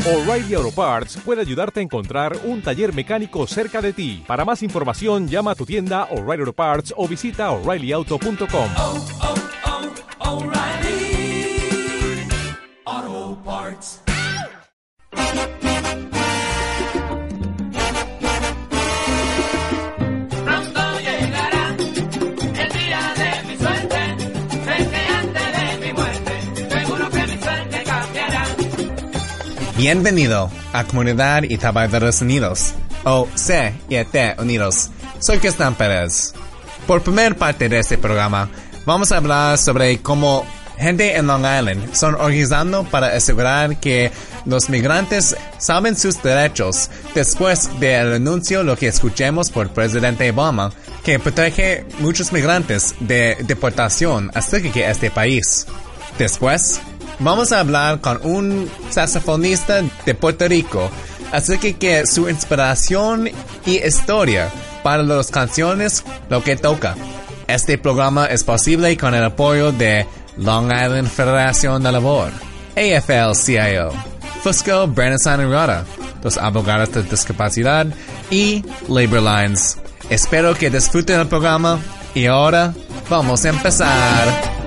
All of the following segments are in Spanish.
O'Reilly Auto Parts puede ayudarte a encontrar un taller mecánico cerca de ti. Para más información, llama a tu tienda O'Reilly Auto Parts o visita O'ReillyAuto.com. O'Reilly Auto Parts. Pronto llegará el día de mi suerte, sé que antes de mi muerte, seguro que mi suerte cambiará. Bienvenido a Comunidad y Trabajadores Unidos, o CIT Unidos. Soy Cristian Pérez. Por primer parte de este programa, vamos a hablar sobre cómo gente en Long Island son organizando para asegurar que los migrantes saben sus derechos después del anuncio lo que escuchemos por el presidente Obama, que protege muchos migrantes de deportación acerca de este país. Después, vamos a hablar con un saxofonista de Puerto Rico acerca de su inspiración y historia para las canciones Lo que toca. Este programa es posible con el apoyo de Long Island Federación de Labor, AFL-CIO, Fusco, Bernstein y Rada, los abogados de discapacidad y Labor Lines. Espero que disfruten el programa y ahora vamos a empezar.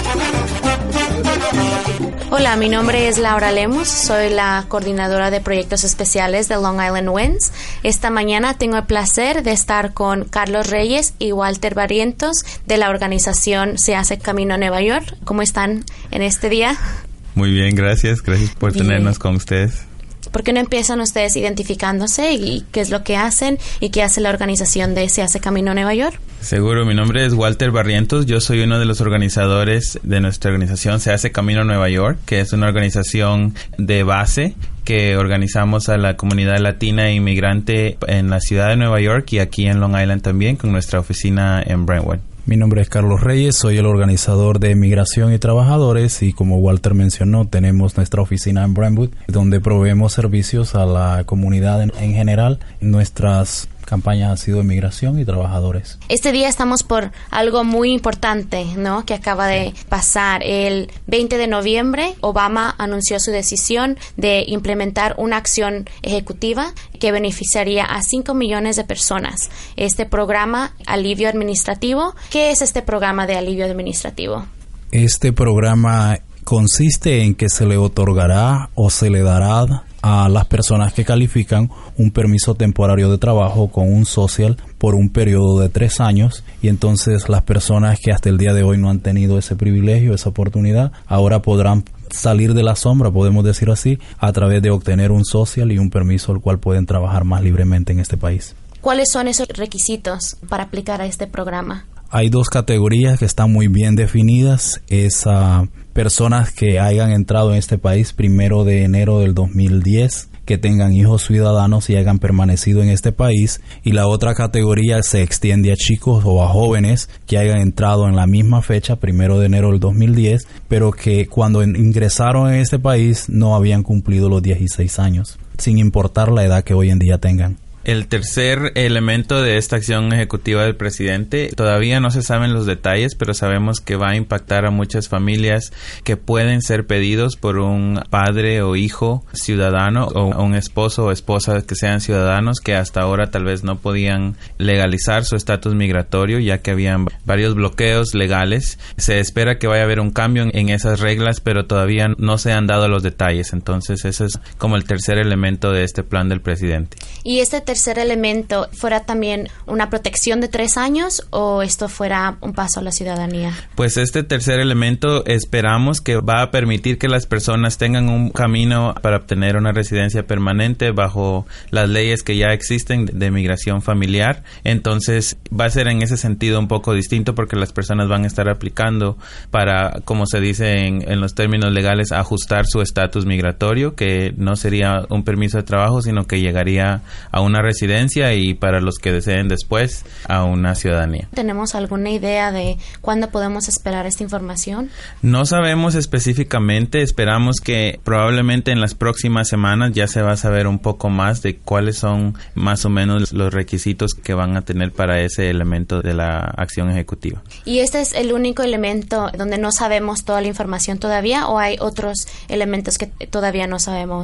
Hola, mi nombre es Laura Lemus, soy la coordinadora de proyectos especiales de Long Island Wins. Esta mañana tengo el placer de estar con Carlos Reyes y Walter Barrientos de la organización Se Hace Camino a Nueva York. ¿Cómo están en este día? Muy bien, gracias por tenernos con ustedes. ¿Por qué no empiezan ustedes identificándose y qué es lo que hacen y qué hace la organización de Se Hace Camino a Nueva York? Seguro, mi nombre es Walter Barrientos, yo soy uno de los organizadores de nuestra organización Se Hace Camino a Nueva York, que es una organización de base que organizamos a la comunidad latina e inmigrante en la ciudad de Nueva York y aquí en Long Island también con nuestra oficina en Brentwood. Mi nombre es Carlos Reyes, soy el organizador de Migración y Trabajadores y como Walter mencionó, tenemos nuestra oficina en Brentwood, donde proveemos servicios a la comunidad en general. Nuestras campañas han sido de migración y trabajadores. Este día estamos por algo muy importante, ¿no? Que acaba de pasar. El 20 de noviembre, Obama anunció su decisión de implementar una acción ejecutiva que beneficiaría a 5 millones de personas. Este programa, Alivio Administrativo. ¿Qué es este programa de alivio administrativo? Este programa consiste en que se le otorgará o se le dará a las personas que califican un permiso temporario de trabajo con un social por un periodo de 3 años y entonces las personas que hasta el día de hoy no han tenido ese privilegio, esa oportunidad, ahora podrán salir de la sombra, podemos decir así, a través de obtener un social y un permiso al cual pueden trabajar más libremente en este país. ¿Cuáles son esos requisitos para aplicar a este programa? Hay 2 categorías que están muy bien definidas. Es personas que hayan entrado en este país 1 de enero del 2010, que tengan hijos ciudadanos y hayan permanecido en este país. Y la otra categoría se extiende a chicos o a jóvenes que hayan entrado en la misma fecha, 1 de enero del 2010, pero que cuando ingresaron en este país no habían cumplido los 16 años, sin importar la edad que hoy en día tengan. El tercer elemento de esta acción ejecutiva del presidente, todavía no se saben los detalles, pero sabemos que va a impactar a muchas familias que pueden ser pedidos por un padre o hijo ciudadano o un esposo o esposa que sean ciudadanos que hasta ahora tal vez no podían legalizar su estatus migratorio ya que habían varios bloqueos legales. Se espera que vaya a haber un cambio en esas reglas, pero todavía no se han dado los detalles. Entonces ese es como el tercer elemento de este plan del presidente. ¿Y este tercer elemento fuera también una protección de 3 años o esto fuera un paso a la ciudadanía? Pues este tercer elemento esperamos que va a permitir que las personas tengan un camino para obtener una residencia permanente bajo las leyes que ya existen de migración familiar. Entonces va a ser en ese sentido un poco distinto porque las personas van a estar aplicando para, como se dice en los términos legales, ajustar su estatus migratorio, que no sería un permiso de trabajo, sino que llegaría a una residencia y para los que deseen después a una ciudadanía. ¿Tenemos alguna idea de cuándo podemos esperar esta información? No sabemos específicamente, esperamos que probablemente en las próximas semanas ya se va a saber un poco más de cuáles son más o menos los requisitos que van a tener para ese elemento de la acción ejecutiva. ¿Y este es el único elemento donde no sabemos toda la información todavía o hay otros elementos que todavía no sabemos?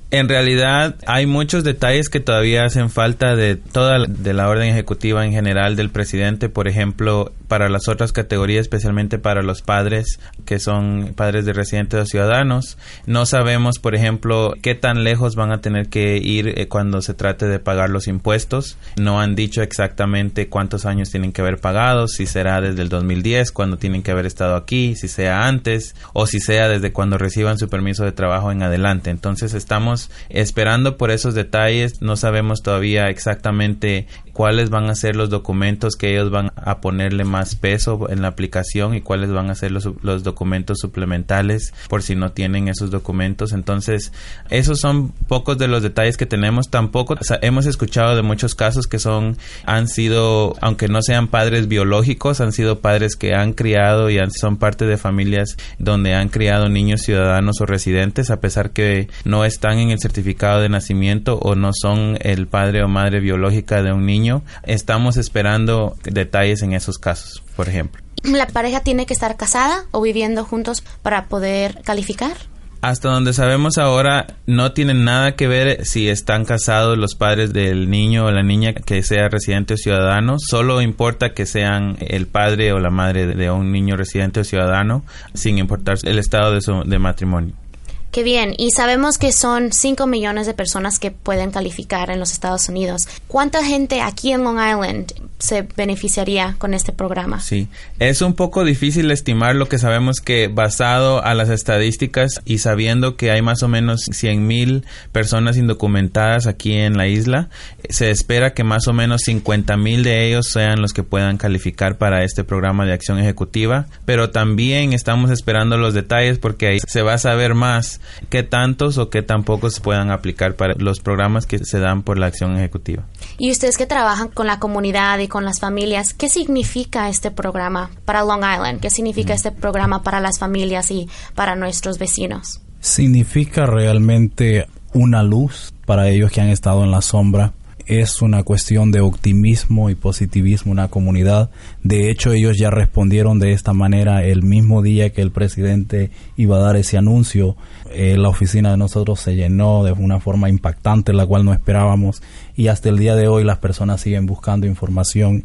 En realidad hay muchos detalles que todavía hacen falta de la orden ejecutiva en general del presidente. Por ejemplo, para las otras categorías, especialmente para los padres que son padres de residentes o ciudadanos, no sabemos, por ejemplo, qué tan lejos van a tener que ir cuando se trate de pagar los impuestos. No han dicho exactamente cuántos años tienen que haber pagado, si será desde el 2010 cuando tienen que haber estado aquí, si sea antes o si sea desde cuando reciban su permiso de trabajo en adelante. Entonces estamos esperando por esos detalles. No sabemos todavía exactamente cuáles van a ser los documentos que ellos van a ponerle más peso en la aplicación y cuáles van a ser los documentos suplementales por si no tienen esos documentos. Entonces, esos son pocos de los detalles que tenemos. Tampoco hemos escuchado de muchos casos que han sido, aunque no sean padres biológicos, han sido padres que han criado y son parte de familias donde han criado niños ciudadanos o residentes, a pesar que no están en el certificado de nacimiento o no son el padre o madre biológica de un niño. Estamos esperando detalles en esos casos, por ejemplo. ¿La pareja tiene que estar casada o viviendo juntos para poder calificar? Hasta donde sabemos ahora, no tienen nada que ver si están casados los padres del niño o la niña que sea residente o ciudadano. Solo importa que sean el padre o la madre de un niño residente o ciudadano, sin importar el estado de matrimonio. Qué bien. Y sabemos que son 5 millones de personas que pueden calificar en los Estados Unidos. ¿Cuánta gente aquí en Long Island se beneficiaría con este programa? Sí, es un poco difícil estimar. Lo que sabemos que basado a las estadísticas y sabiendo que hay más o menos 100,000 personas indocumentadas aquí en la isla, se espera que más o menos 50,000 de ellos sean los que puedan calificar para este programa de acción ejecutiva, pero también estamos esperando los detalles porque ahí se va a saber más qué tantos o qué tan pocos se puedan aplicar para los programas que se dan por la acción ejecutiva. Y ustedes que trabajan con la comunidad y con las familias, ¿qué significa este programa para Long Island? ¿Qué significa este programa para las familias y para nuestros vecinos? Significa realmente una luz para ellos que han estado en la sombra. Es una cuestión de optimismo y positivismo en la comunidad. De hecho, ellos ya respondieron de esta manera el mismo día que el presidente iba a dar ese anuncio. La oficina de nosotros se llenó de una forma impactante, la cual no esperábamos. Y hasta el día de hoy las personas siguen buscando información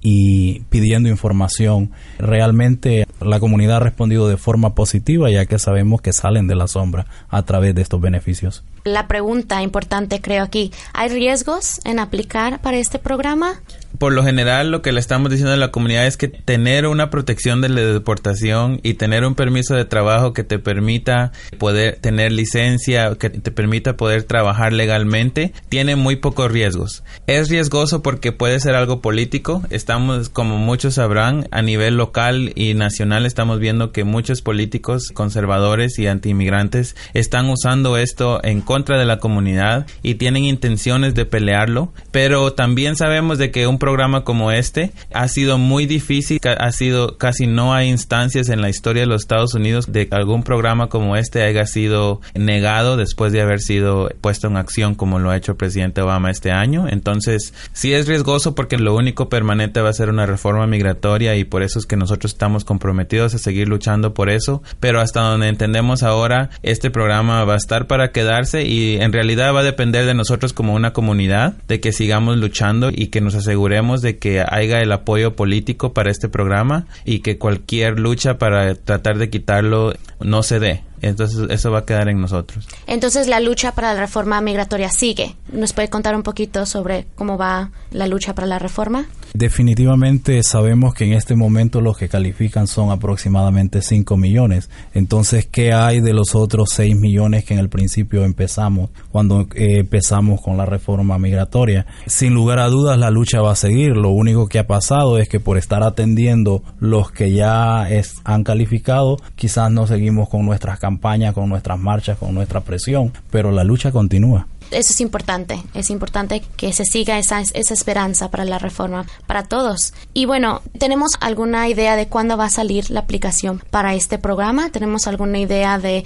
y pidiendo información. Realmente la comunidad ha respondido de forma positiva, ya que sabemos que salen de la sombra a través de estos beneficios. La pregunta importante creo aquí, ¿hay riesgos en aplicar para este programa? Por lo general, lo que le estamos diciendo a la comunidad es que tener una protección de la deportación y tener un permiso de trabajo que te permita poder tener licencia, que te permita poder trabajar legalmente, tiene muy pocos riesgos. Es riesgoso porque puede ser algo político. Estamos, como muchos sabrán, a nivel local y nacional estamos viendo que muchos políticos conservadores y antiinmigrantes están usando esto en contra de la comunidad y tienen intenciones de pelearlo, pero también sabemos de que un programa como este ha sido muy difícil, casi no hay instancias en la historia de los Estados Unidos de que algún programa como este haya sido negado después de haber sido puesto en acción como lo ha hecho el presidente Obama este año. Entonces, sí es riesgoso porque lo único permanente va a ser una reforma migratoria y por eso es que nosotros estamos comprometidos a seguir luchando por eso, pero hasta donde entendemos ahora, este programa va a estar para quedarse y en realidad va a depender de nosotros como una comunidad, de que sigamos luchando y que nos aseguremos de que haya el apoyo político para este programa y que cualquier lucha para tratar de quitarlo no se dé. Entonces eso va a quedar en nosotros. Entonces la lucha para la reforma migratoria sigue. ¿Nos puede contar un poquito sobre cómo va la lucha para la reforma? Definitivamente sabemos que en este momento los que califican son aproximadamente 5 millones. Entonces, ¿qué hay de los otros 6 millones que en el principio cuando empezamos con la reforma migratoria? Sin lugar a dudas la lucha va a seguir. Lo único que ha pasado es que por estar atendiendo los que ya han calificado, quizás no seguimos con nuestras campañas, con nuestras marchas, con nuestra presión, pero la lucha continúa. Eso es importante que se siga esa esperanza para la reforma para todos. Y bueno, ¿tenemos alguna idea de cuándo va a salir la aplicación para este programa? ¿Tenemos alguna idea de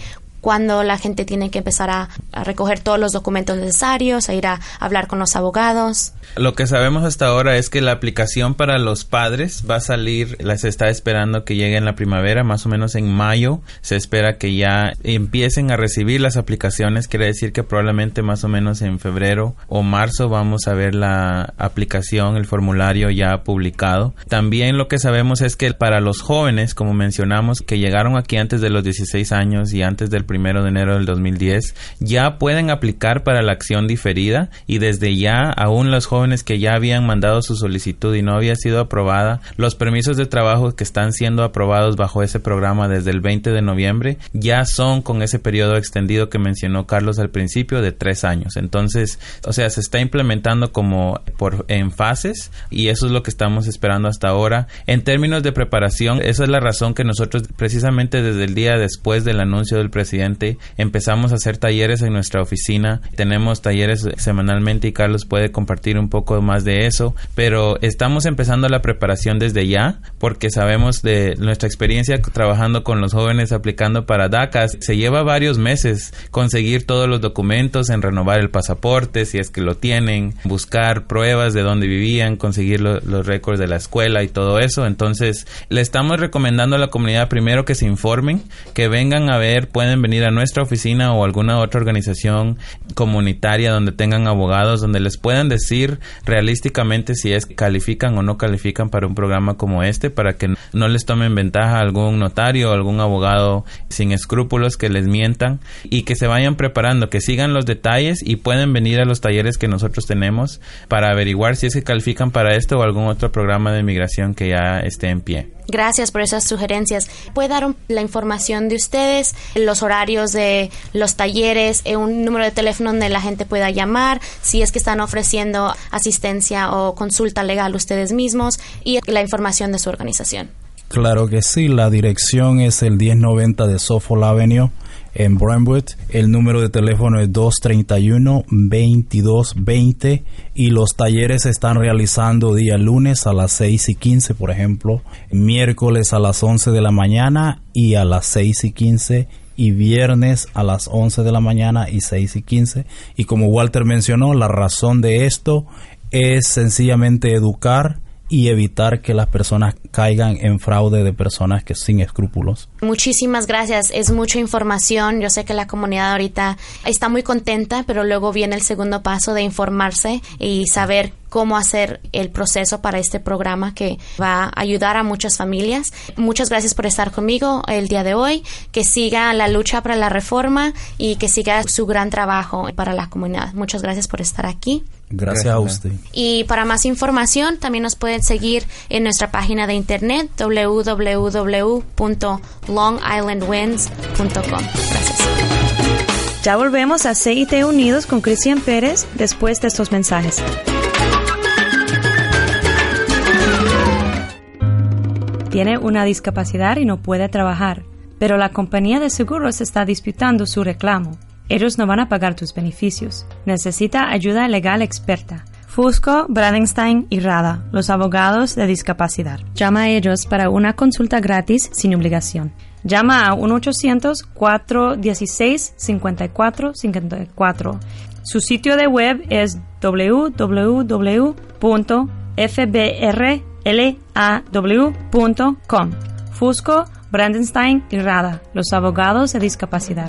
cuándo la gente tiene que empezar a recoger todos los documentos necesarios, a ir a hablar con los abogados. Lo que sabemos hasta ahora es que la aplicación para los padres va a salir, se está esperando que llegue en la primavera, más o menos en mayo. Se espera que ya empiecen a recibir las aplicaciones, quiere decir que probablemente más o menos en febrero o marzo vamos a ver la aplicación, el formulario ya publicado. También lo que sabemos es que para los jóvenes, como mencionamos, que llegaron aquí antes de los 16 años y antes del 1 de enero del 2010, ya pueden aplicar para la acción diferida, y desde ya, aún los jóvenes que ya habían mandado su solicitud y no había sido aprobada, los permisos de trabajo que están siendo aprobados bajo ese programa desde el 20 de noviembre ya son con ese periodo extendido que mencionó Carlos al principio de 3 años. Entonces, o sea, se está implementando como en fases, y eso es lo que estamos esperando hasta ahora. En términos de preparación, esa es la razón que nosotros precisamente desde el día después del anuncio del presidente empezamos a hacer talleres en nuestra oficina. Tenemos talleres semanalmente y Carlos puede compartir un poco más de eso, pero estamos empezando la preparación desde ya porque sabemos de nuestra experiencia trabajando con los jóvenes aplicando para DACA. Se lleva varios meses conseguir todos los documentos, en renovar el pasaporte si es que lo tienen, buscar pruebas de dónde vivían, conseguir los récords de la escuela y todo eso. Entonces le estamos recomendando a la comunidad primero que se informen, que vengan a ver, pueden venir a nuestra oficina o alguna otra organización comunitaria donde tengan abogados, donde les puedan decir realísticamente si es que califican o no califican para un programa como este, para que no les tomen ventaja a algún notario o algún abogado sin escrúpulos que les mientan, y que se vayan preparando, que sigan los detalles y pueden venir a los talleres que nosotros tenemos para averiguar si es que califican para esto o algún otro programa de migración que ya esté en pie. Gracias por esas sugerencias. ¿Puede dar la información de ustedes, los horarios de los talleres, un número de teléfono donde la gente pueda llamar, si es que están ofreciendo asistencia o consulta legal ustedes mismos, y la información de su organización? Claro que sí, la dirección es el 1090 de Suffolk Avenue en Brentwood. El número de teléfono es 231-2220 y los talleres se están realizando día lunes a las 6:15, por ejemplo, miércoles a las 11 de la mañana y a las 6:15, y viernes a las 11 de la mañana y 6:15. Y como Walter mencionó, la razón de esto es sencillamente educar y evitar que las personas caigan en fraude de personas que sin escrúpulos. Muchísimas gracias, es mucha información. Yo sé que la comunidad ahorita está muy contenta, pero luego viene el segundo paso de informarse y saber cómo hacer el proceso para este programa que va a ayudar a muchas familias. Muchas gracias por estar conmigo el día de hoy. Que siga la lucha para la reforma y que siga su gran trabajo para la comunidad. Muchas gracias por estar aquí. Gracias a usted. Y para más información también nos pueden seguir en nuestra página de internet www.longislandwinds.com. Gracias. Ya volvemos a CIT Unidos con Cristian Pérez después de estos mensajes. Tiene una discapacidad y no puede trabajar, pero la compañía de seguros está disputando su reclamo. Ellos no van a pagar tus beneficios. Necesita ayuda legal experta. Fusco, Bradenstein y Rada, los abogados de discapacidad. Llama a ellos para una consulta gratis sin obligación. Llama a 1-800-416-5454. Su sitio de web es www.fbrlaw.com. Fusco, Bradenstein y Rada, los abogados de discapacidad.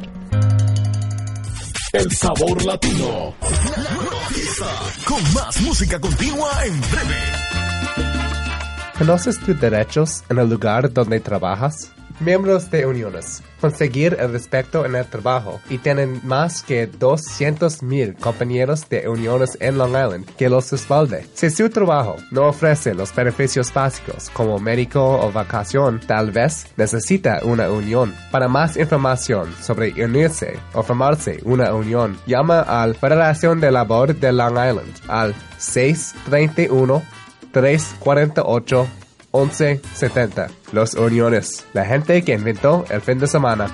El sabor latino. Con más música continua en breve. ¿Conoces tus derechos en el lugar donde trabajas? Miembros de uniones, conseguir el respeto en el trabajo y tienen más que 200,000 compañeros de uniones en Long Island que los respalde. Si su trabajo no ofrece los beneficios básicos como médico o vacación, tal vez necesita una unión. Para más información sobre unirse o formarse una unión, llama a la Federación de Labor de Long Island al 631-348-1170. Los uniones, la gente que inventó el fin de semana.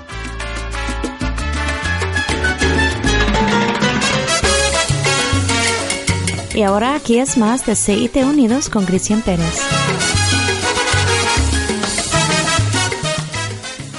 Y ahora aquí es más de CIT Unidos con Cristian Pérez.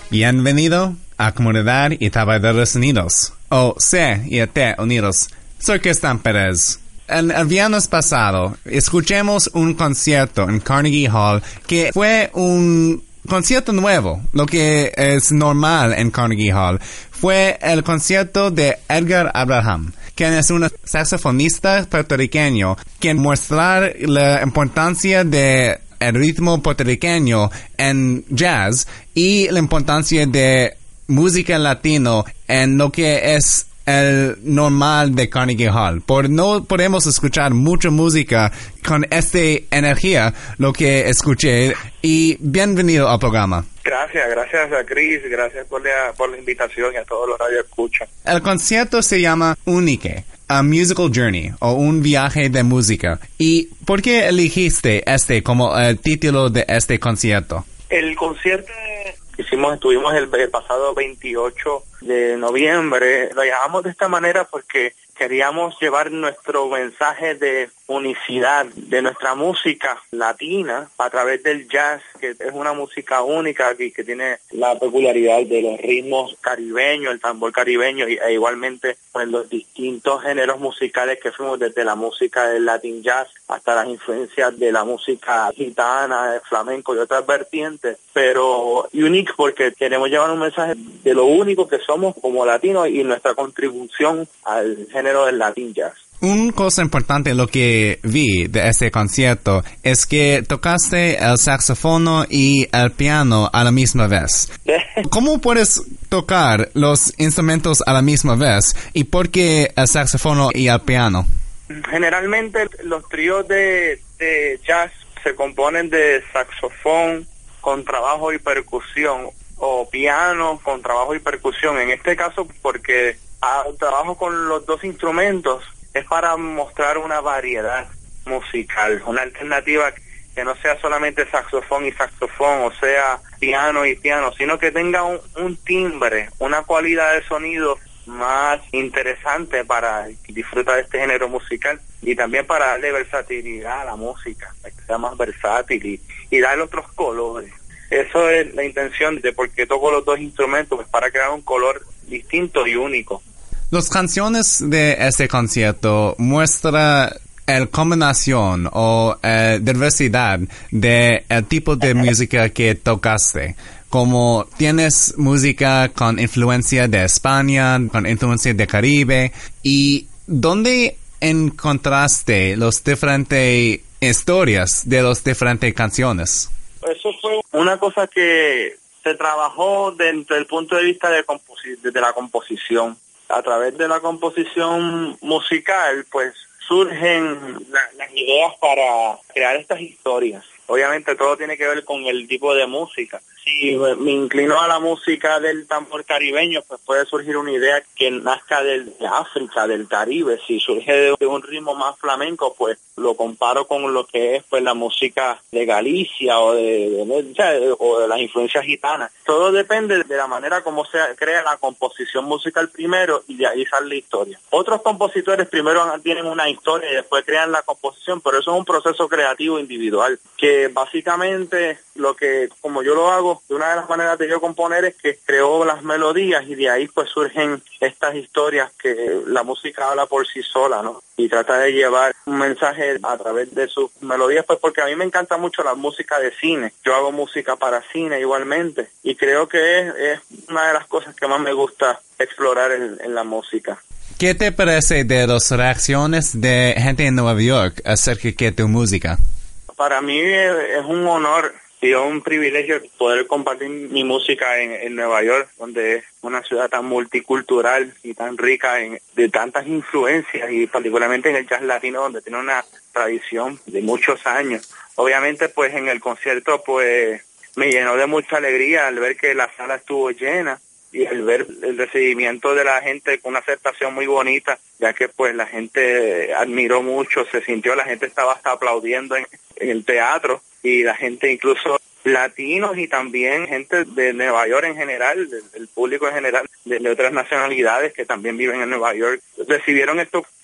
Bienvenido a Comunidad y Trabajadores Unidos, o C&T Unidos. Soy Cristian Pérez. El viernes pasado escuchamos un concierto en Carnegie Hall que fue un concierto nuevo, lo que es normal en Carnegie Hall. Fue el concierto de Edgar Abraham, quien es un saxofonista puertorriqueño, quien muestra la importancia de el ritmo puertorriqueño en jazz y la importancia de música latino en lo que es el normal de Carnegie Hall. No podemos escuchar mucha música con esta energía, lo que escuché, y bienvenido al programa. Gracias a Chris, gracias por la invitación y a todos los radioescuchas. El concierto se llama Unique, A Musical Journey, o un viaje de música. ¿Y por qué elegiste como el título de este concierto? El concierto estuvimos el pasado 28 de noviembre. Lo llamamos de esta manera porque queríamos llevar nuestro mensaje de unicidad de nuestra música latina a través del jazz, que es una música única y que tiene la peculiaridad de los ritmos caribeños, el tambor caribeño, e igualmente pues los distintos géneros musicales que fuimos, desde la música del Latin jazz hasta las influencias de la música gitana, el flamenco y otras vertientes, pero unique porque queremos llevar un mensaje de lo único que somos como latinos y nuestra contribución al género del Latin jazz. Una cosa importante lo que vi de este concierto es que tocaste el saxofono y el piano a la misma vez. ¿Cómo puedes tocar los instrumentos a la misma vez y por qué el saxofono y el piano? Generalmente los tríos de jazz se componen de saxofón con trabajo y percusión, o piano con trabajo y percusión. En este caso, porque trabajo con los dos instrumentos, es para mostrar una variedad musical, una alternativa que no sea solamente saxofón y saxofón, o sea, piano y piano, sino que tenga un timbre, una cualidad de sonido más interesante para disfrutar de este género musical, y también para darle versatilidad a la música, para que sea más versátil y darle otros colores. Eso es la intención de por qué toco los dos instrumentos, pues para crear un color distinto y único. Las canciones de este concierto muestran la combinación o diversidad de el tipo de música que tocaste. Como tienes música con influencia de España, con influencia de Caribe, y ¿dónde encontraste las diferentes historias de las diferentes canciones? Eso fue una cosa que se trabajó dentro del punto de vista de la composición. A través de la composición musical, pues surgen las ideas para crear estas historias. Obviamente todo tiene que ver con el tipo de música. Si me inclino a la música del tambor caribeño, pues puede surgir una idea que nazca de África, del Caribe. Si surge de un ritmo más flamenco, pues lo comparo con lo que es pues la música de Galicia o de las influencias gitanas. Todo depende de la manera como se crea la composición musical primero, y de ahí sale la historia. Otros compositores primero tienen una historia y después crean la composición, pero eso es un proceso creativo individual, que básicamente como yo lo hago, una de las maneras de yo componer es que creo las melodías, y de ahí pues surgen estas historias que la música habla por sí sola, ¿no? Y trata de llevar un mensaje a través de sus melodías, pues porque a mí me encanta mucho la música de cine. Yo hago música para cine igualmente, y creo que es una de las cosas que más me gusta explorar en la música. ¿Qué te parece de las reacciones de gente en Nueva York acerca de tu música? Para mí es un honor y un privilegio poder compartir mi música en Nueva York, donde es una ciudad tan multicultural y tan rica de tantas influencias, y particularmente en el jazz latino, donde tiene una tradición de muchos años. Obviamente, pues en el concierto pues me llenó de mucha alegría al ver que la sala estuvo llena, y al ver el recibimiento de la gente con una aceptación muy bonita, ya que pues la gente admiró mucho, la gente estaba hasta aplaudiendo en el teatro, y la gente, incluso latinos y también gente de Nueva York en general, el público en general, de otras nacionalidades que también viven en Nueva York, recibieron esto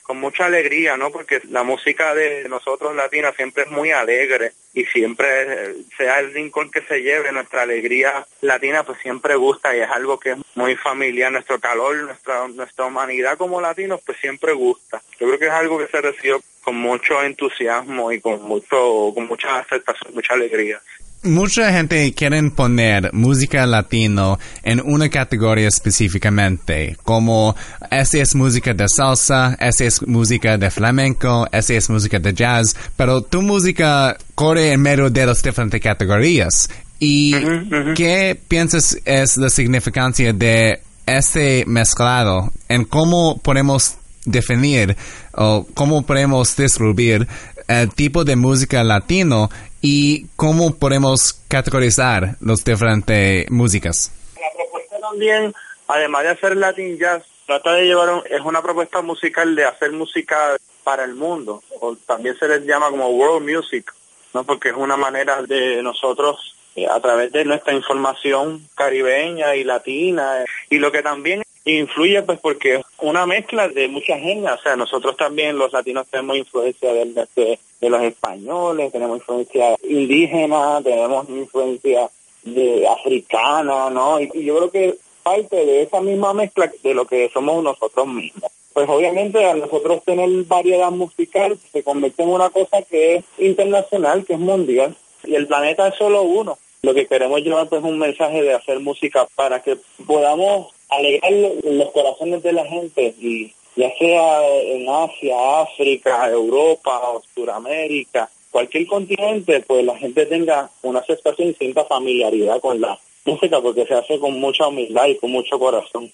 con mucha alegría, ¿no? Porque la música de nosotros latinos siempre es muy alegre y siempre, sea el rincón que se lleve, nuestra alegría latina pues siempre gusta y es algo que es muy familiar. Nuestro calor, nuestra humanidad como latinos pues siempre gusta. Yo creo que es algo que se recibe con mucho entusiasmo y con mucha aceptación, mucha alegría. Mucha gente quiere poner música latino en una categoría específicamente, como esa es música de salsa, esa es música de flamenco, esa es música de jazz, pero tu música corre en medio de las diferentes categorías. ¿Y qué piensas es la significancia de ese mezclado en cómo podemos definir o cómo podemos distribuir el tipo de música latino y cómo podemos categorizar las diferentes músicas? La propuesta también, además de hacer Latin Jazz, trata de llevar es una propuesta musical de hacer música para el mundo, o también se les llama como world music, ¿no? Porque es una manera de nosotros, a través de nuestra información caribeña y latina, y lo que también influye pues porque es una mezcla de muchas etnias. O sea, nosotros también los latinos tenemos influencia de los españoles, tenemos influencia indígena, tenemos influencia de africana, ¿no? Y yo creo que parte de esa misma mezcla de lo que somos nosotros mismos. Pues obviamente a nosotros tener variedad musical se convierte en una cosa que es internacional, que es mundial, y el planeta es solo uno. Lo que queremos llevar pues es un mensaje de hacer música para que podamos alegrar los corazones de la gente, y ya sea en Asia, África, Europa, Sudamérica, cualquier continente, pues la gente tenga una aceptación y sienta familiaridad con la música, porque se hace con mucha humildad y con mucho corazón.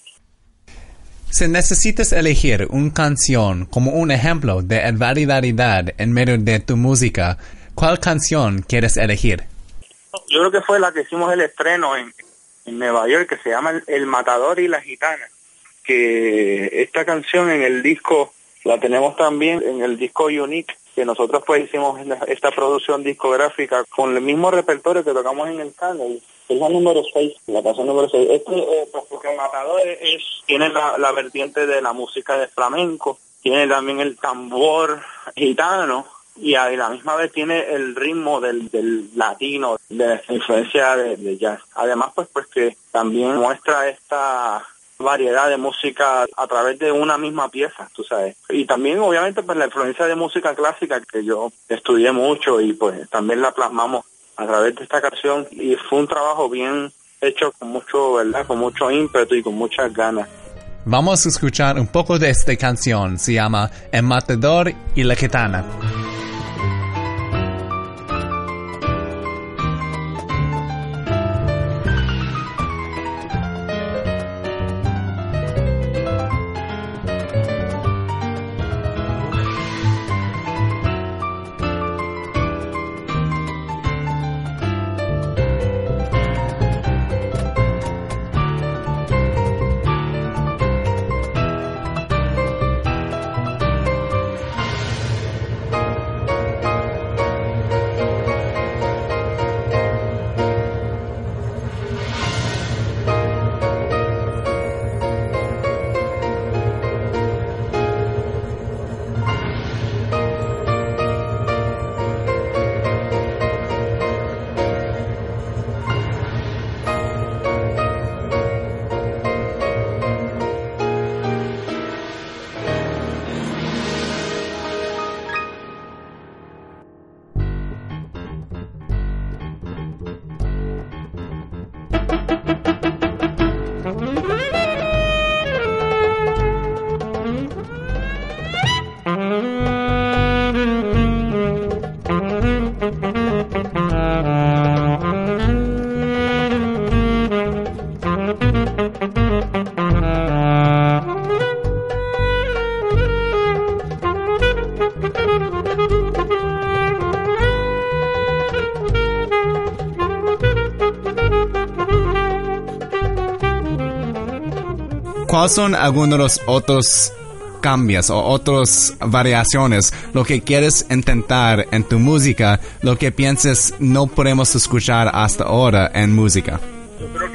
Si necesitas elegir una canción como un ejemplo de variedad en medio de tu música, ¿cuál canción quieres elegir? Yo creo que fue la que hicimos el estreno en Nueva York, que se llama El Matador y la Gitana, que esta canción en el disco la tenemos también en el disco Unique, que nosotros pues hicimos esta producción discográfica con el mismo repertorio que tocamos en el Canal. Es la número 6, la canción número 6. Porque El Matador tiene la vertiente de la música de flamenco, tiene también el tambor gitano, y a la misma vez tiene el ritmo del latino, de la influencia de jazz. Además, pues que también muestra esta variedad de música a través de una misma pieza, tú sabes. Y también, obviamente, pues la influencia de música clásica, que yo estudié mucho, y pues también la plasmamos a través de esta canción. Y fue un trabajo bien hecho con mucho, ¿verdad? Con mucho ímpetu y con muchas ganas. Vamos a escuchar un poco de esta canción. Se llama El Matador y la Gitana. ¿Cuáles son algunos de los otros cambios o otras variaciones, lo que quieres intentar en tu música, lo que piensas no podemos escuchar hasta ahora en música? Yo creo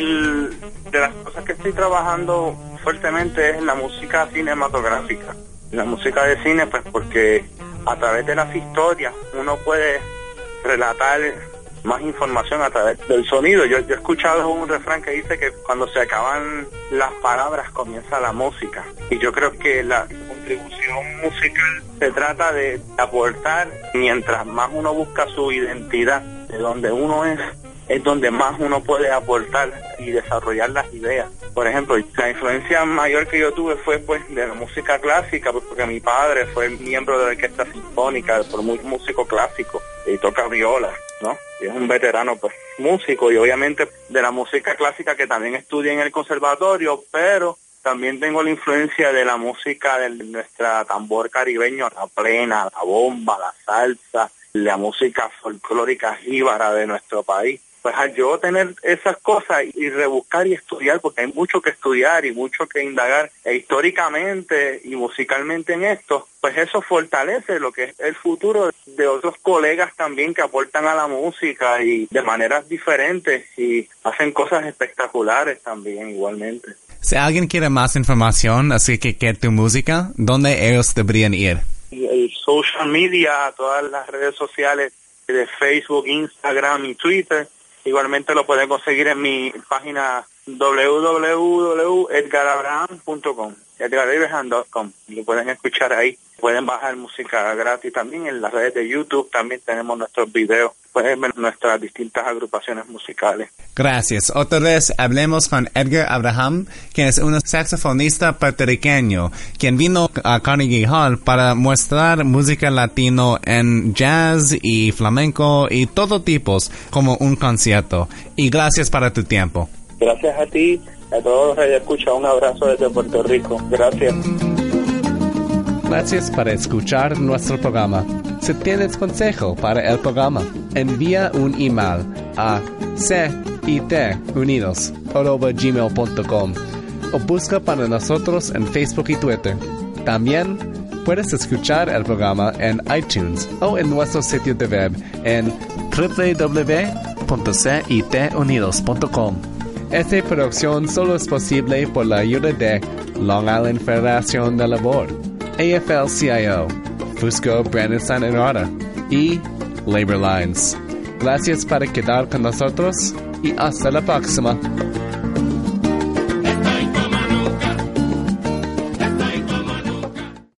que de las cosas que estoy trabajando fuertemente es la música cinematográfica. La música de cine, pues porque a través de las historias uno puede relatar más información a través del sonido. Yo he escuchado un refrán que dice que cuando se acaban las palabras comienza la música, y yo creo que la contribución musical se trata de aportar. Mientras más uno busca su identidad, de donde uno es donde más uno puede aportar y desarrollar las ideas. Por ejemplo, la influencia mayor que yo tuve fue pues de la música clásica, pues, porque mi padre fue miembro de la orquesta sinfónica, fue muy músico clásico y toca viola, ¿no? Y es un veterano pues músico, y obviamente de la música clásica, que también estudié en el conservatorio, pero también tengo la influencia de la música de nuestra tambor caribeño, la plena, la bomba, la salsa, la música folclórica jíbara de nuestro país. Pues al yo tener esas cosas y rebuscar y estudiar, porque hay mucho que estudiar y mucho que indagar históricamente y musicalmente en esto, pues eso fortalece lo que es el futuro de otros colegas también que aportan a la música y de maneras diferentes y hacen cosas espectaculares también igualmente. Si alguien quiere más información acerca de tu música, ¿dónde ellos deberían ir? El social media, todas las redes sociales de Facebook, Instagram y Twitter. Igualmente lo pueden conseguir en mi página www.edgarabraham.com, edgarabraham.com. Lo pueden escuchar ahí. Pueden bajar música gratis también en las redes de YouTube. También tenemos nuestros videos. Pueden ver nuestras distintas agrupaciones musicales. Gracias. Otra vez hablemos con Edgar Abraham, quien es un saxofonista puertorriqueño, quien vino a Carnegie Hall para mostrar música latino en jazz y flamenco y todo tipos, como un concierto. Y gracias para tu tiempo. Gracias a ti, a todos los radioescuchas. Un abrazo desde Puerto Rico. Gracias. Gracias por escuchar nuestro programa. Si tienes consejo para el programa, envía un email a citunidos@gmail.com o busca para nosotros en Facebook y Twitter. También puedes escuchar el programa en iTunes o en nuestro sitio de web en www.citunidos.com. Esta producción solo es posible por la ayuda de Long Island Federación de Labor, AFL-CIO, Fusco Brandon San Enrada y Labor Lines. Gracias por quedar con nosotros y hasta la próxima.